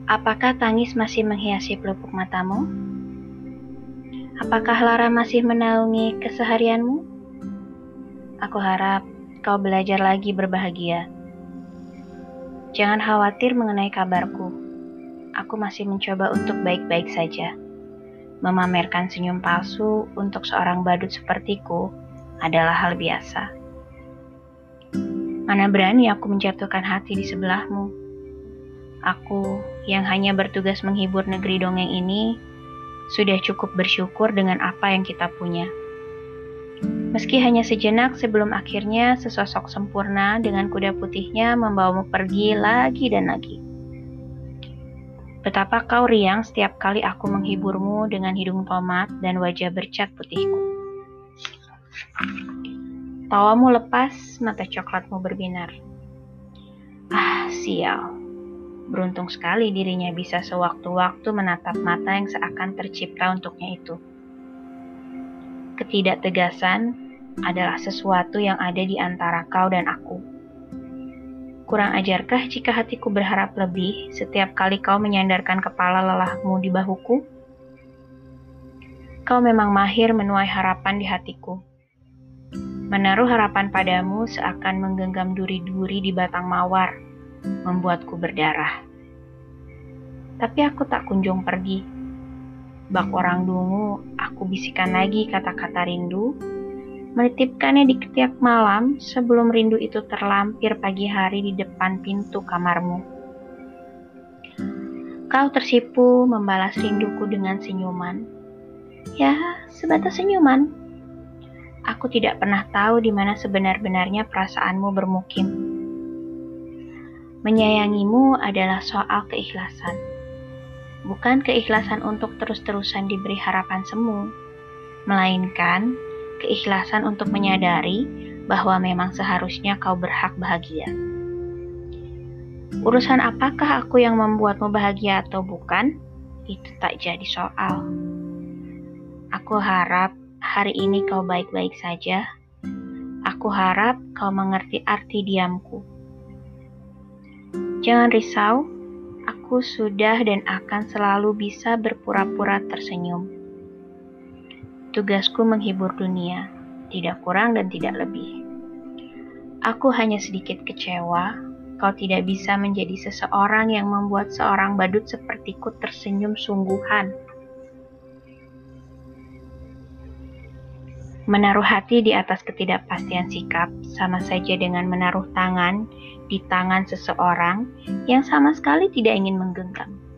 Apakah tangis masih menghiasi pelupuk matamu? Apakah lara masih menaungi keseharianmu? Aku harap kau belajar lagi berbahagia. Jangan khawatir mengenai kabarku. Aku masih mencoba untuk baik-baik saja. Memamerkan senyum palsu untuk seorang badut sepertiku adalah hal biasa. Mana berani aku menjatuhkan hati di sebelahmu. Aku yang hanya bertugas menghibur negeri dongeng ini sudah cukup bersyukur dengan apa yang kita punya. Meski hanya sejenak sebelum akhirnya sesosok sempurna dengan kuda putihnya membawamu pergi lagi dan lagi. Betapa kau riang setiap kali aku menghiburmu dengan hidung tomat dan wajah bercat putihku. Tawamu lepas, mata coklatmu berbinar. Ah, sial. Beruntung sekali dirinya bisa sewaktu-waktu menatap mata yang seakan tercipta untuknya itu. Ketidaktegasan adalah sesuatu yang ada di antara kau dan aku. Kurang ajarkah jika hatiku berharap lebih setiap kali kau menyandarkan kepala lelahmu di bahuku? Kau memang mahir menuai harapan di hatiku. Menaruh harapan padamu seakan menggenggam duri-duri di batang mawar, membuatku berdarah. Tapi aku tak kunjung pergi. Bak orang dungu, aku bisikan lagi kata-kata rindu, menitipkannya di ketiak malam sebelum rindu itu terlampir pagi hari di depan pintu kamarmu. Kau tersipu membalas rinduku dengan senyuman. Ya, sebatas senyuman. Aku tidak pernah tahu di mana sebenar-benarnya perasaanmu bermukim. Menyayangimu adalah soal keikhlasan. Bukan keikhlasan untuk terus-terusan diberi harapan semu, melainkan keikhlasan untuk menyadari bahwa memang seharusnya kau berhak bahagia. Urusan apakah aku yang membuatmu bahagia atau bukan, itu tak jadi soal. Aku harap hari ini kau baik-baik saja. Aku harap kau mengerti arti diamku. Jangan risau. Aku sudah dan akan selalu bisa berpura-pura tersenyum. Tugasku menghibur dunia, tidak kurang dan tidak lebih. Aku hanya sedikit kecewa, kau tidak bisa menjadi seseorang yang membuat seorang badut sepertiku tersenyum sungguhan. Menaruh hati di atas ketidakpastian sikap sama saja dengan menaruh tangan di tangan seseorang yang sama sekali tidak ingin menggenggam.